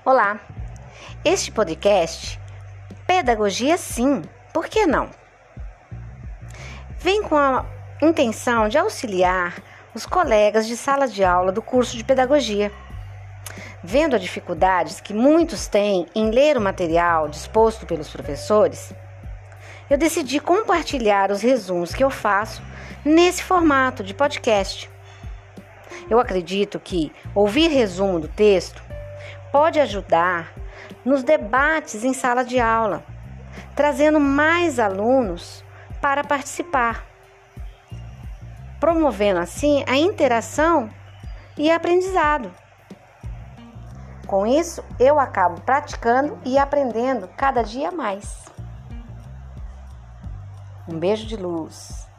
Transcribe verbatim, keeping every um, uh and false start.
Olá, este podcast, Pedagogia Sim, por que não? Vem com a intenção de auxiliar os colegas de sala de aula do curso de Pedagogia. Vendo as dificuldades que muitos têm em ler o material disposto pelos professores, eu decidi compartilhar os resumos que eu faço nesse formato de podcast. Eu acredito que ouvir resumo do texto pode ajudar nos debates em sala de aula, trazendo mais alunos para participar, promovendo assim a interação e aprendizado. Com isso, eu acabo praticando e aprendendo cada dia mais. Um beijo de luz.